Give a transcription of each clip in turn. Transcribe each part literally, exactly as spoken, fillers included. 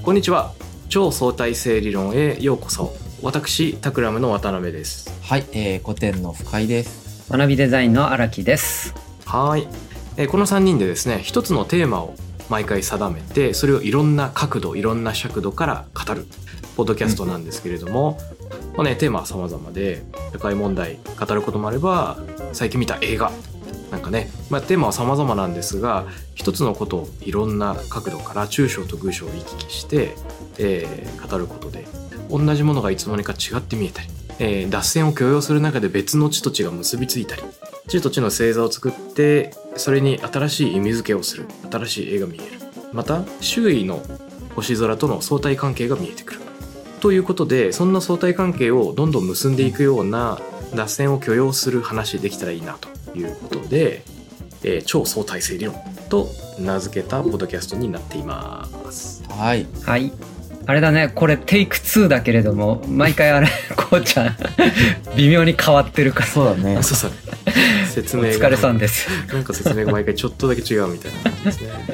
こんにちは。超相対性理論へようこそ。私タクラムの渡辺です。 はい、えー、古典の深井です。 学びデザインの荒木です。 はい、えー、このさんにんでですね、一つのテーマを毎回定めて、それをいろんな角度いろんな尺度から語るポッドキャストなんですけれども、うんまあね、テーマは様々で、社会問題語ることもあれば、最近見た映画なんかね、まあ、テーマは様々なんですが、一つのことをいろんな角度から中小と偶小を行き来して、えー、語ることで同じものがいつの間にか違って見えたり、えー、脱線を許容する中で別の地と地が結びついたり、地と地の星座を作ってそれに新しい意味付けをする、新しい絵が見える、また周囲の星空との相対関係が見えてくるということで、そんな相対関係をどんどん結んでいくような脱線を許容する話できたらいいなということで、えー、超相対性理論と名付けたポッドキャストになっています。 はいはいあれだね、これテイクツーだけれども毎回あれこうちゃん微妙に変わってるから。 そうだね。 そうそう説明がお疲れさんです。 なんか説明が毎回ちょっとだけ違うみたいな感じですね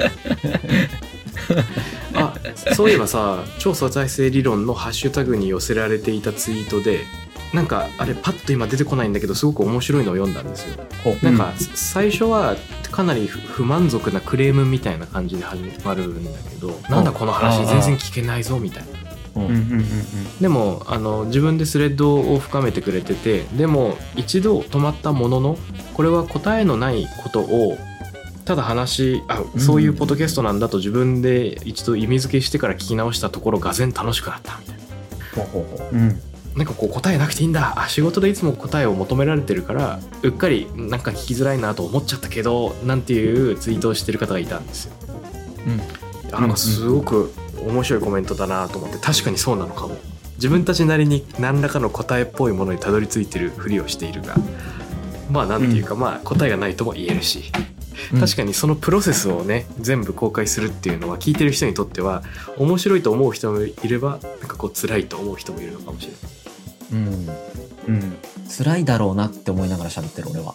あ、そういえばさ、超相対性理論のハッシュタグに寄せられていたツイートで、なんかあれパッと今出てこないんだけどすごく面白いのを読んだんですよ。なんか最初はかなり不満足なクレームみたいな感じで始まるんだけど、なんだこの話全然聞けないぞみたいな。うんうんうんうん、でもあの自分でスレッドを深めてくれてて、でも一度止まったものの、これは答えのないことをただ話、あ、そういうポッドキャストなんだと自分で一度意味付けしてから聞き直したところ、がぜん楽しくなったみたいな。ほうほうほう、うん、なんかこう答えなくていいんだ、あ、仕事でいつも答えを求められてるからうっかりなんか聞きづらいなと思っちゃったけど、なんていうツイートをしてる方がいたんですよ。うん、あ、なんかすごく面白いコメントだなと思って、確かにそうなのかも。自分たちなりに何らかの答えっぽいものにたどり着いてるふりをしているが、まあなんていうか、うん、まあ答えがないとも言えるし、確かにそのプロセスをね全部公開するっていうのは聞いてる人にとっては面白いと思う人もいれば、なんかこう辛いと思う人もいるのかもしれない。 うんうん、辛いだろうなって思いながら喋ってる俺は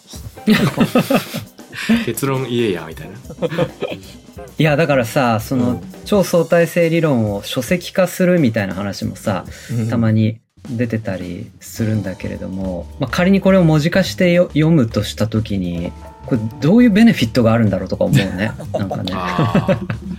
結論言えやみたいな。 いやだからさ、その、うん、超相対性理論を書籍化するみたいな話もさ、うん、たまに出てたりするんだけれども、まあ、仮にこれを文字化してよ読むとした時に、これどういうベネフィットがあるんだろうとか思うね。なんかねあ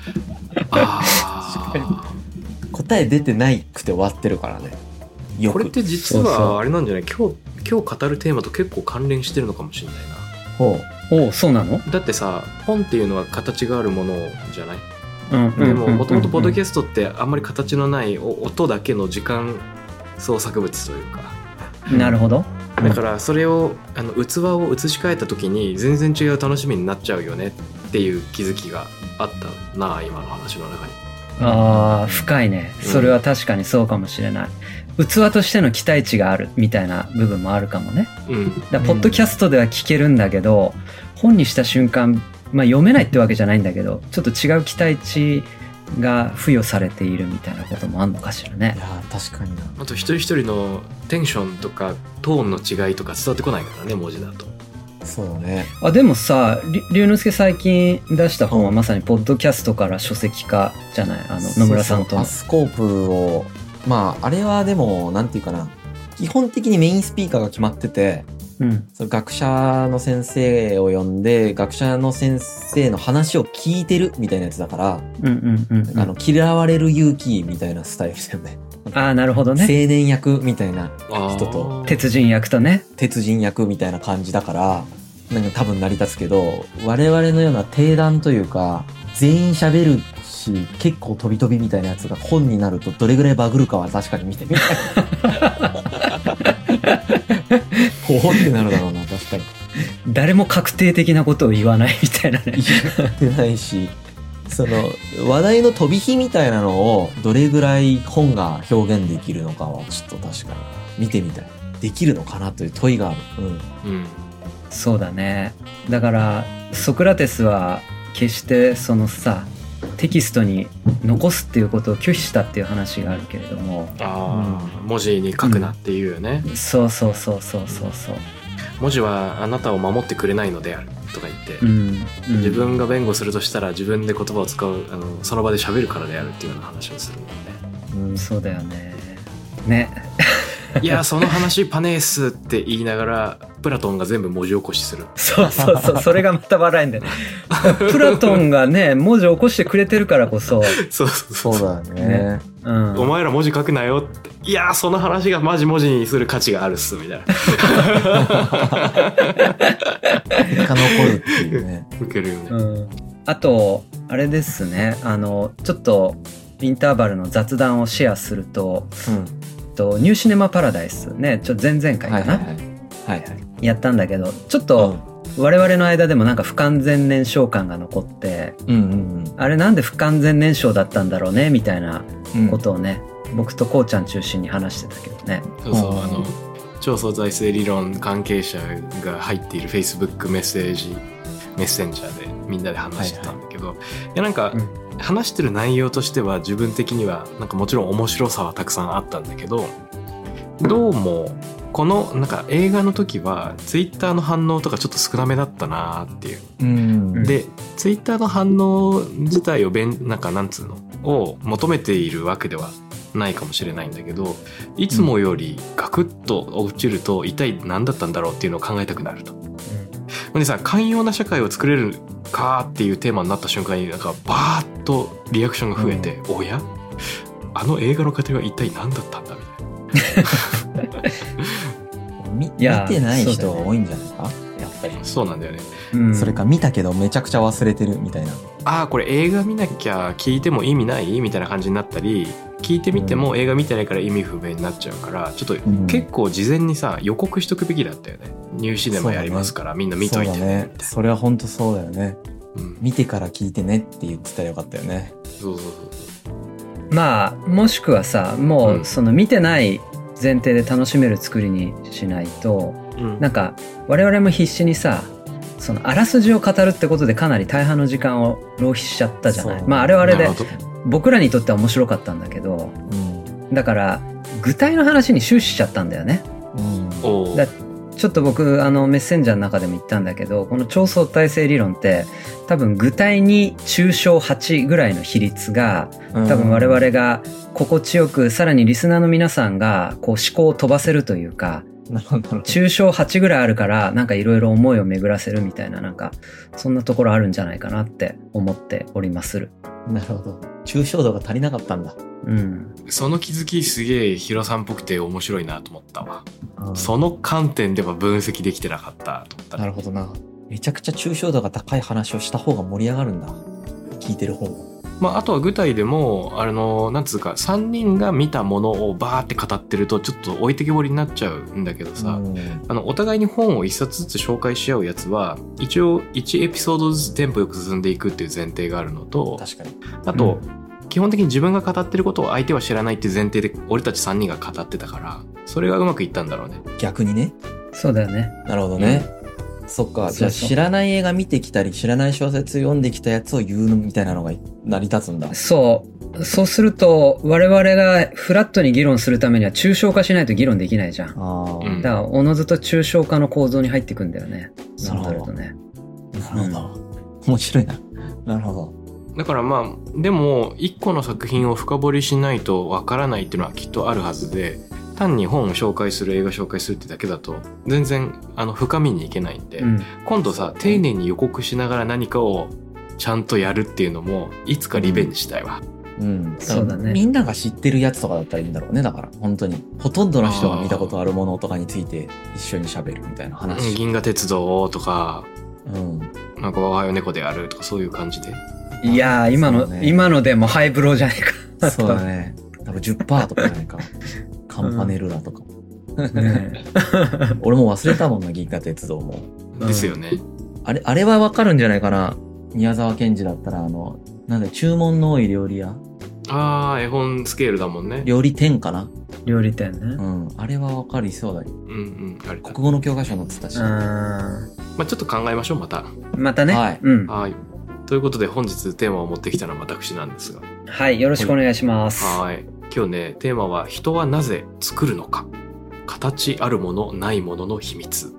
あ答え出てないくて終わってるからね。よくこれって実はあれなんじゃない、今日今日語るテーマと結構関連してるのかもしれないな。 ほう、おう、そうなの？ だってさ、本っていうのは形があるものじゃない、 うん、 でももともとポッドキャストってあんまり形のない音だけの時間創作物というか。 なるほど。 だからそれをあの器を移し替えた時に全然違う楽しみになっちゃうよねっていう気づきがあったな、今の話の中に。 ああ、深いね。それは確かにそうかもしれない、うん、器としての期待値があるみたいな部分もあるかもね、うん、だポッドキャストでは聞けるんだけど、うん、本にした瞬間、まあ、読めないってわけじゃないんだけど、ちょっと違う期待値が付与されているみたいなこともあるのかしらね。 いや確かにな。 あと一人一人のテンションとかトーンの違いとか伝わってこないからね、文字だと。 そうね。 あ、でもさ、龍之介最近出した本はまさにポッドキャストから書籍化じゃない、あの野村さんとの。 そうそう、アスコープを、まああれはでもなんていうかな、基本的にメインスピーカーが決まってて、うん、その学者の先生を呼んで学者の先生の話を聞いてるみたいなやつだから、うんうんうんうん、あの嫌われる勇気みたいなスタイルだよね。 ああ、なるほどね。 青年役みたいな人と鉄人役とね、 鉄人役みたいな感じだからなんか多分成り立つけど、我々のような定談というか全員喋るし結構飛び飛びみたいなやつが本になるとどれぐらいバグるかは確かに見てみたいほほってなるだろうな。確かに誰も確定的なことを言わないみたいなね。 言ってないし、その話題の飛び火みたいなのをどれぐらい本が表現できるのかはちょっと確かに見てみたい。できるのかなという問いがある。うん、うん、 そうだね。だからソクラテスは決してそのさ、テキストに残すっていうことを拒否したっていう話があるけれども、 あ、うん、文字に書くなっていうよね、 うん、そうそうそうそうそうそう。 文字はあなたを守ってくれないのであるとか言って、 うんうん、 自分が弁護するとしたら自分で言葉を使う、あのその場で喋るからであるっていうような話をするんだよね。うん、そうだよね。ね。 いやその話パネースって言いながらプラトンが全部文字起こしする。 そうそうそう、それがまた笑いんだよね。プラトンがね文字起こしてくれてるからこそ。 そうそうそうだよね。ね、 うん、 お前ら文字書くなよって。いやその話がマジ文字にする価値があるっすみたいな。 結果残るっていうね。 受けるよね。 うん、あとあれですね、あのちょっとインターバルの雑談をシェアすると。うんとニューシネマパラダイスね、ちょっと前々回かな、はいはいはいはいはい、やったんだけどちょっと我々の間でもなんか不完全燃焼感が残って、うんうんうん、あれなんで不完全燃焼だったんだろうねみたいなことをね、うん、僕とこうちゃん中心に話してたけどね。 そうそう、あの超相対性理論関係者が入っている Facebook メッセージメッセンジャーでみんなで話してたんだけど、はいはい、いやなんか、うん話してる内容としては自分的にはなんかもちろん面白さはたくさんあったんだけど、どうもこのなんか映画の時はツイッターの反応とかちょっと少なめだったなっていう、うん、でツイッターの反応自体を弁なんかなんつうのを求めているわけではないかもしれないんだけど、いつもよりガクッと落ちると一体何だったんだろうっていうのを考えたくなると。でさ、寛容な社会を作れるかっていうテーマになった瞬間になんかバーッとリアクションが増えて、うん、おやあの映画の過程は一体何だったんだみたいな見, 見てない人が多いんじゃないか、やっぱり。 そうなんだよね、 うん、それか見たけどめちゃくちゃ忘れてるみたいな。 ああこれ映画見なきゃ聞いても意味ないみたいな感じになったり、聞いてみても映画見てないから意味不明になっちゃうから、ちょっと結構事前にさ予告しとくべきだったよね。ニューシネマやりますから、ね、みんな見といてねみたいな。 そ, それは本当そうだよね、うん、見てから聞いてねって言ってたらよかったよね。 そうそうそう。 まあもしくはさもうその見てない前提で楽しめる作りにしないと、うん、なんか我々も必死にさそのあらすじを語るってことでかなり大半の時間を浪費しちゃったじゃない。まああれはあれで僕らにとっては面白かったんだけど、うん、だから具体の話に終始しちゃったんだよね、うん、だちょっと僕あのメッセンジャーの中でも言ったんだけど、この超相対性理論って多分具体に抽象はちぐらいの比率が多分我々が心地よく、さらにリスナーの皆さんがこう思考を飛ばせるというか、抽象はちぐらいあるからなんかいろいろ思いを巡らせるみたいな、なんかそんなところあるんじゃないかなって思っておりまする。 なるほど。抽象度が足りなかったんだ。 うん。 その気づきすげえヒロさんっぽくて面白いなと思ったわ。その観点では分析できてなかったと思った。 なるほどな。めちゃくちゃ抽象度が高い話をした方が盛り上がるんだ。聞いてる方も。 まあ、あとは具体でもあのなんつうかさんにんが見たものをバーって語ってるとちょっと置いてけぼりになっちゃうんだけどさ、うん、あのお互いに本を一冊ずつ紹介し合うやつは一応いちエピソードずつテンポよく進んでいくっていう前提があるのと、 確かにあと、うん、基本的に自分が語ってることを相手は知らないっていう前提で俺たちさんにんが語ってたから、それがうまくいったんだろうね。 逆にね。 そうだよね。 なるほどね、うん、そっか。じゃあ知らない映画見てきたり知らない小説読んできたやつを言うみたいなのが成り立つんだ。 そうそうすると我々がフラットに議論するためには抽象化しないと議論できないじゃん。あ、だからおのずと抽象化の構造に入っていくんだよね。そうなるとね。 なるほど、うん、面白いな。なるほど。 だからまあでも一個の作品を深掘りしないとわからないっていうのはきっとあるはずで、単に本を紹介する映画紹介するってだけだと全然あの深みにいけないんで、うん、今度さ丁寧に予告しながら何かをちゃんとやるっていうのもいつかリベンジしたいわ。 うん、うん、そうだね。みんなが知ってるやつとかだったらいいんだろうね。だから本当にほとんどの人が見たことあるものとかについて一緒に喋るみたいな話、 うん、銀河鉄道とか、 うん、 なんか我が輩は猫であるとかそういう感じで。 いやー今の、ね、今のでもハイブローじゃないか。 そうだね。多分 じゅっパーセント とかじゃないか。カンパネルラとかも、うんね、俺も忘れたもんな、銀河鉄道も。 ですよね、うん、 あれあれはわかるんじゃないかな。宮沢賢治だったらあのなんだ注文の多い料理屋。 ああ絵本スケールだもんね。 料理店かな。 料理店ね。 うん、あれはわかりそうだよ。 うんうん。あれ国語の教科書載ってたし。 うん。 まあちょっと考えましょうまた。 またね。 はい。 うん。 はい。ということで本日テーマを持ってきたのは私なんですが。 はい、よろしくお願いします。 はい。今日ねテーマは人はなぜ作るのか、形あるものないものの秘密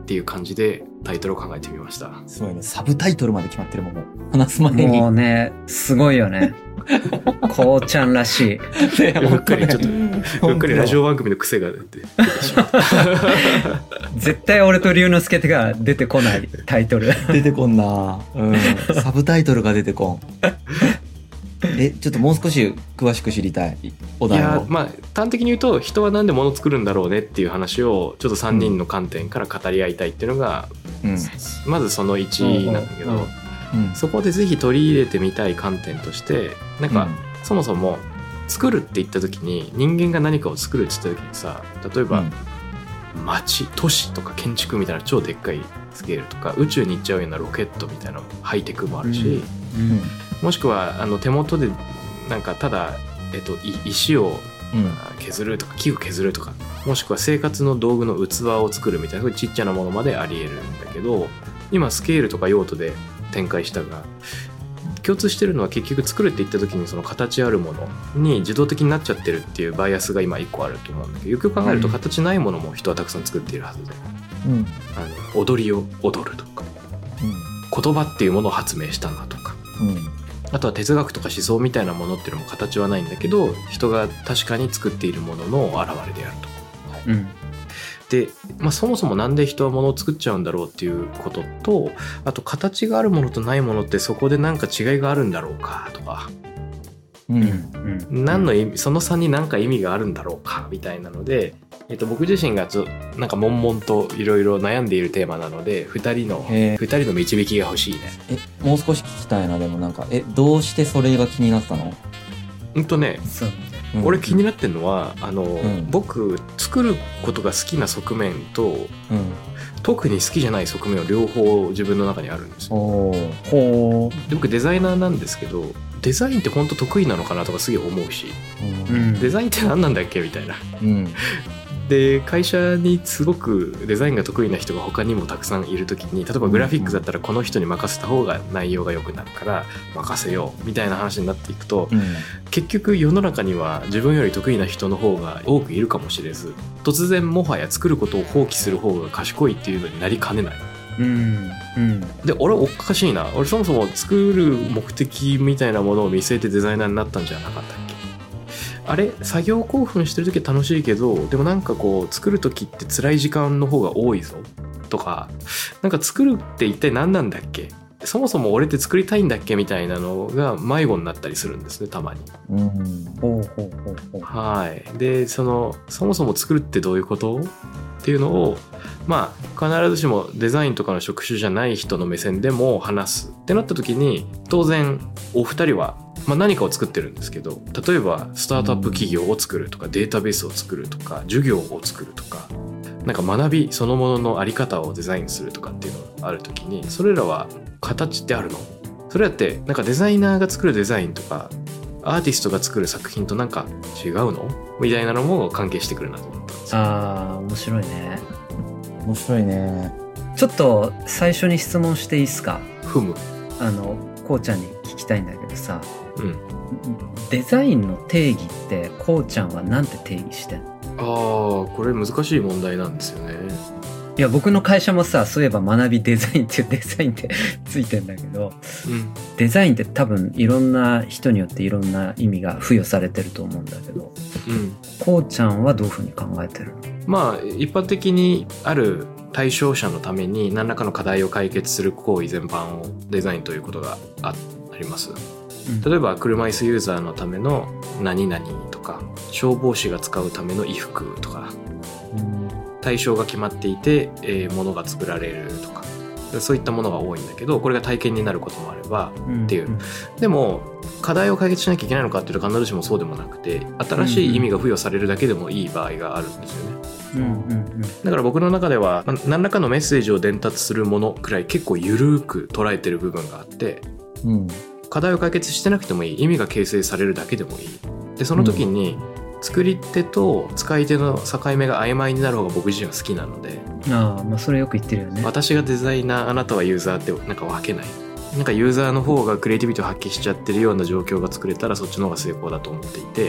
っていう感じでタイトルを考えてみました。 すごいね。サブタイトルまで決まってるもん。もう話す前に。 もうね、すごいよね。こうちゃんらしい。 うっかりちょっと、うっかりラジオ番組の癖が出て出てしまった。 絶対俺と龍之介が出てこないタイトル。 出てこんな。うん。サブタイトルが出てこん。え、ちょっともう少し詳しく知りたい。お題を。いや、 まあ端的に言うと、人はなんで物を作るんだろうねっていう話をちょっとさんにんの観点から語り合いたいっていうのが、うん、まずそのいちなんだけど、うんうんうん、そこでぜひ取り入れてみたい観点として、なんか、うん、そもそも作るって言った時に、人間が何かを作るって言った時にさ、例えば、うん、街、都市とか建築みたいな超でっかいスケールとか、宇宙に行っちゃうようなロケットみたいなハイテクもあるし、うんうん、もしくはあの手元でなんかただ、えっと、石を削るとか木を削るとか、もしくは生活の道具の器を作るみたいなそういうちっちゃなものまでありえるんだけど、今スケールとか用途で展開したが共通してるのは結局作るって言った時にその形あるものに自動的になっちゃってるっていうバイアスが今いっこあると思うんだけど、よくよく考えると形ないものも人はたくさん作っているはずで、うん、あの踊りを踊るとか、うん、言葉っていうものを発明したんだとか、うん、あとは哲学とか思想みたいなものっていうのも形はないんだけど人が確かに作っているものの表れであると、はい、うん、で、まあ、そもそもなんで人は物を作っちゃうんだろうっていうことと、あと形があるものとないものってそこで何か違いがあるんだろうかとか、うんうん、何の意味、その差に何か意味があるんだろうかみたいなので、えっと、僕自身がちょなんか悶々といろいろ悩んでいるテーマなのでふたりのふたりの導きが欲しいね。 え、もう少し聞きたいな。でもなんかえどうしてそれが気になったの？ うんとね、うん、俺気になってるのはあの、うん、僕作ることが好きな側面と、うん、特に好きじゃない側面を両方自分の中にあるんですよ。ほう。で僕デザイナーなんですけど、デザインって本当得意なのかなとかすげえ思うし、うん、デザインって何なんだっけみたいな、うん、で会社にすごくデザインが得意な人が他にもたくさんいる時に、例えばグラフィックだったらこの人に任せた方が内容が良くなるから任せようみたいな話になっていくと、うん、結局世の中には自分より得意な人の方が多くいるかもしれず、突然もはや作ることを放棄する方が賢いっていうのになりかねない。うんうん、で俺おかしいな、俺そもそも作る目的みたいなものを見据えてデザイナーになったんじゃなかったっけ。あれ作業興奮してる時は楽しいけど、でもなんかこう作る時って辛い時間の方が多いぞとか、なんか作るって一体何なんだっけ、そもそも俺って作りたいんだっけみたいなのが迷子になったりするんですね、たまに。うん、ほうほうほうほう。はい。でそのそもそも作るってどういうことっていうのを、まあ必ずしもデザインとかの職種じゃない人の目線でも話すってなった時に、当然お二人は、まあ、何かを作ってるんですけど、例えばスタートアップ企業を作るとか、データベースを作るとか、授業を作るとか、なんか学びそのもののあり方をデザインするとかっていうのがある時に、それらは形ってあるの？それだってなんかデザイナーが作るデザインとかアーティストが作る作品となんか違うのみたいなのも関係してくるなと思ったんですよ。 あー面白いね。 面白いね。 ちょっと最初に質問していいですか？ ふむ。 あのこうちゃんに聞きたいんだけどさ、うん、デザインの定義ってこうちゃんはなんて定義してんの？ あーこれ難しい問題なんですよね。 いや僕の会社もさ、そういえば学びデザインっていうデザインってついてんだけど、うん、デザインって多分いろんな人によっていろんな意味が付与されてると思うんだけど、うん、こうちゃんはどういうふうに考えてるの？ まあ一般的にある対象者のために何らかの課題を解決する行為全般をデザインということが あ, あります、うん、例えば車椅子ユーザーのための何々とか、消防士が使うための衣服とか、うん、対象が決まっていて、えー、物が作られるとか、そういったものが多いんだけど、これが体験になることもあればっていう、うんうん、でも課題を解決しなきゃいけないのかっていうと必ずしもそうでもなくて、新しい意味が付与されるだけでもいい場合があるんですよね、うんうんうん、だから僕の中では何らかのメッセージを伝達するものくらい結構ゆるく捉えてる部分があって、うん、課題を解決してなくてもいい、意味が形成されるだけでもいい。でその時に作り手と使い手の境目が曖昧になる方が僕自身は好きなので、 ああ、まあそれよく言ってるよね。 私がデザイナー、あなたはユーザーってなんか分けない、なんかユーザーの方がクリエイティビティを発揮しちゃってるような状況が作れたらそっちの方が成功だと思っていて、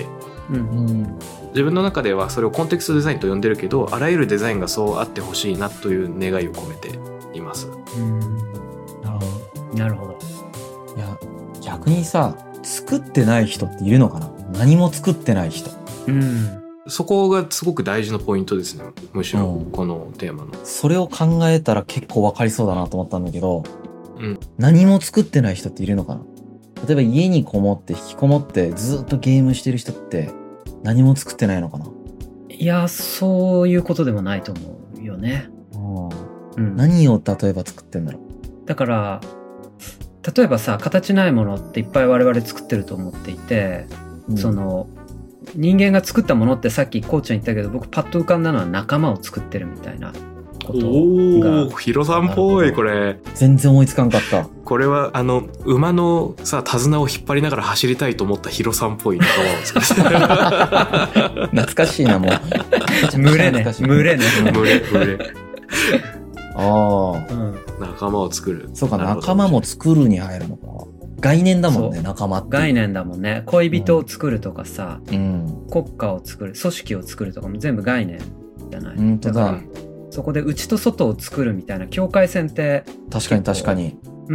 うん、自分の中ではそれをコンテクストデザインと呼んでるけど、あらゆるデザインがそうあってほしいなという願いを込めています。うん、 なるほど。なるほど。 いや、逆にさ、作ってない人っているのかな？何も作ってない人。 うん。そこがすごく大事なポイントですね。むしろこのテーマの。 それを考えたら結構わかりそうだなと思ったんだけど、 うん、 何も作ってない人っているのかな？例えば家にこもって引きこもってずっとゲームしてる人って何も作ってないのかな？ いや、そういうことでもないと思うよね。 うん、何を例えば作ってんだろう。だから例えばさ、形ないものっていっぱい我々作ってると思っていて、うん、その人間が作ったものってさっきこうちゃん言ったけど、僕パッと浮かんだのは仲間を作ってるみたいなことが。 おー、ヒロさんっぽい。これ全然思いつかんかった。 これはあの馬のさ手綱を引っ張りながら走りたいと思ったヒロさんっぽい仲間を作って懐かしいな、もう群れね群れね群れ群れああ、 うん、仲間を作る。 そうか、仲間も作るに入るのか。概念だもんね、仲間って。 概念だもんね。恋人を作るとかさ、 うん、 国家を作る、組織を作るとかも全部概念じゃない。 本当だ。 だからそこで内と外を作るみたいな境界線って確かに確かに、 うん、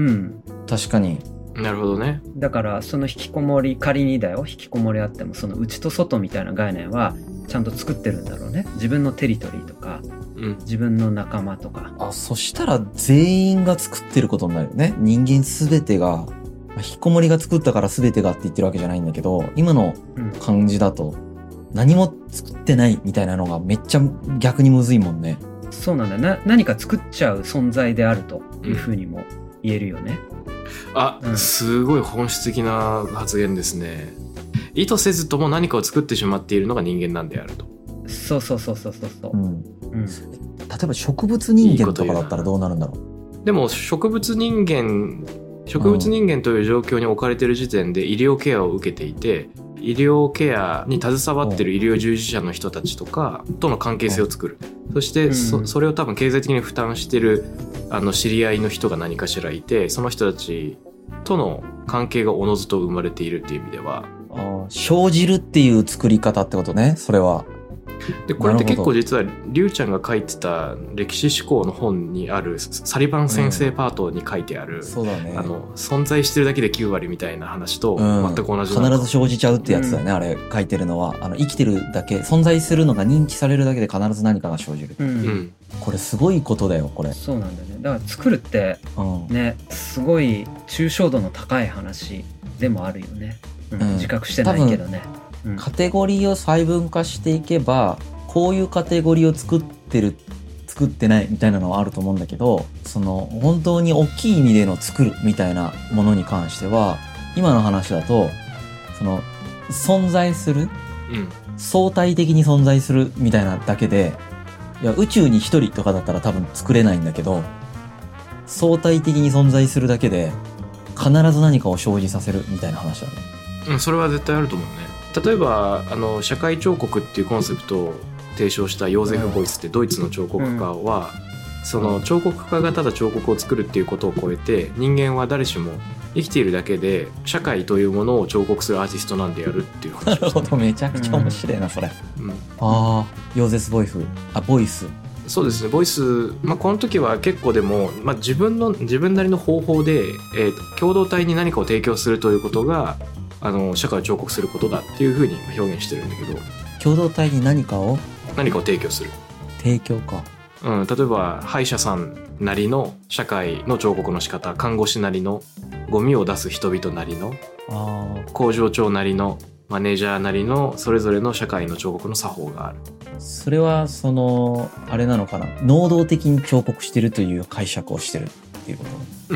確かに。 なるほどね。 だからその引きこもり、仮にだよ、引きこもりあってもその内と外みたいな概念はちゃんと作ってるんだろうね。自分のテリトリーとか、うん、自分の仲間とか。 あ、そしたら全員が作ってることになるよね。人間すべてが、引きこもりが作ったからすべてがって言ってるわけじゃないんだけど、今の感じだと何も作ってないみたいなのがめっちゃ逆にむずいもんね。 そうなんだよな。何か作っちゃう存在であるというふうにも言えるよね。 うん、あ、うん、すごい本質的な発言ですね。意図せずとも何かを作ってしまっているのが人間なんであると。 そうそうそうそうそうそう、うんうん、 例えば植物人間とかだったらどうなるんだろう。 でも植物人間植物人間という状況に置かれている時点で医療ケアを受けていて、医療ケアに携わっている医療従事者の人たちとかとの関係性を作る。そして そ, それを多分経済的に負担しているあの知り合いの人が何かしらいて、その人たちとの関係がおのずと生まれているっていう意味では、 あ、生じるっていう作り方ってことね。それはでこれって結構実はりゅうちゃんが書いてた歴史思考の本にあるサリバン先生パートに書いてある、うん、 そうだね、 あの存在してるだけできゅう割みたいな話と全く同じ、 うん、必ず生じちゃうってやつだね、うん、あれ書いてるのはあの生きてるだけ存在するのが認知されるだけで必ず何かが生じる、うん、これすごいことだよ。これそうなんだよね。だから作るってね、うん、すごい抽象度の高い話でもあるよね、うんうん、自覚してないけどね。 カテゴリーを細分化していけばこういうカテゴリーを作ってる作ってないみたいなのはあると思うんだけど、その本当に大きい意味での作るみたいなものに関しては今の話だとその存在する、うん、相対的に存在するみたいなだけで、いや宇宙に一人とかだったら多分作れないんだけど、相対的に存在するだけで必ず何かを生じさせるみたいな話だね。 うん、それは絶対あると思うね。例えばあの社会彫刻っていうコンセプトを提唱したヨーゼフ・ボイスってドイツの彫刻家は、うん、その彫刻家がただ彫刻を作るっていうことを超えて、人間は誰しも生きているだけで社会というものを彫刻するアーティストなんでやるっていう話、ね、 なるほど、めちゃくちゃ面白いな、うん、それ、うん、ああヨーゼフ・ボイスあボイスそうですね、ボイス、まあ、この時は結構でも、まあ、自分の自分なりの方法で、えー、共同体に何かを提供するということがあの社会を彫刻することだっていうふうに表現してるんだけど、 共同体に何かを何かを提供する提供か、 うん、例えば歯医者さんなりの社会の彫刻の仕方、看護師なりのゴミを出す人々なりの、あ工場長なりのマネージャーなりのそれぞれの社会の彫刻の作法がある。 それはそのあれなのかな、能動的に彫刻してるという解釈をしてるっていうこと。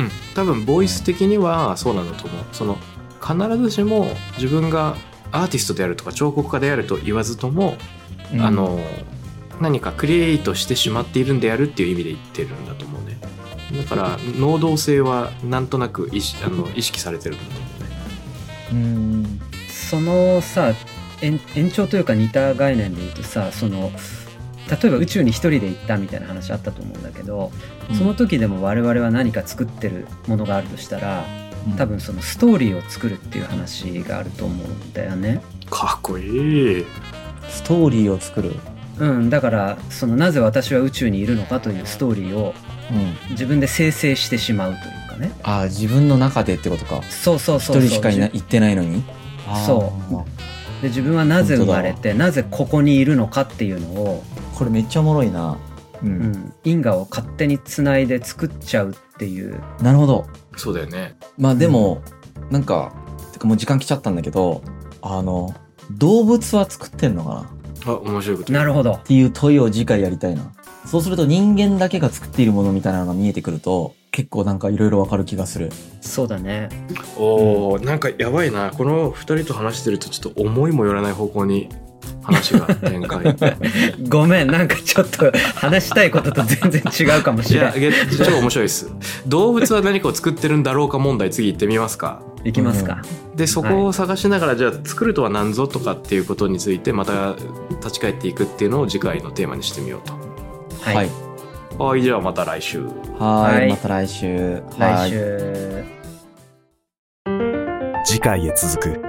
うん、多分ボイス的にはそうなんだと思う。その必ずしも自分がアーティストであるとか彫刻家であると言わずとも、うん、あの何かクリエイトしてしまっているんであるっていう意味で言ってるんだと思うね。だから能動性はなんとなく意識、あの意識されてるんだと思うね。 うん、そのさ延, 延長というか似た概念で言うとさ、その例えば宇宙に一人で行ったみたいな話あったと思うんだけど、うん、その時でも我々は何か作ってるものがあるとしたら、多分そのストーリーを作るっていう話があると思うんだよね。 かっこいい。 ストーリーを作る。 うん、だからそのなぜ私は宇宙にいるのかというストーリーを自分で生成してしまうというかね。 ああ、自分の中でってことか。 そうそうそうそう。 一人しかいな言ってないのに。 そうで自分はなぜ生まれてなぜここにいるのかっていうのを、 これめっちゃおもろいな。 うん、うん、因果を勝手につないで作っちゃうっていう。 なるほど。 そうだよね。 まあでも、うん、なんかてかもう時間来ちゃったんだけど、あの動物は作ってんのかな。 あ、面白いこと。 なるほど。 っていう問いを次回やりたいな。そうすると人間だけが作っているものみたいなのが見えてくると結構なんかいろいろわかる気がする。 そうだね。 おー、なんかやばいな。このふたりと話してるとちょっと思いもよらない方向に話が展開ごめん、なんかちょっと話したいことと全然違うかもしれない。いや、 超面白いです。動物は何かを作ってるんだろうか問題、次行ってみますか。 行きますか、 うん、でそこを探しながら、はい、じゃあ作るとは何ぞとかっていうことについてまた立ち返っていくっていうのを次回のテーマにしてみようと。 はい、はい、 はい、じゃあまた来週。 はい、はい、また来週。 来週。 次回へ続く。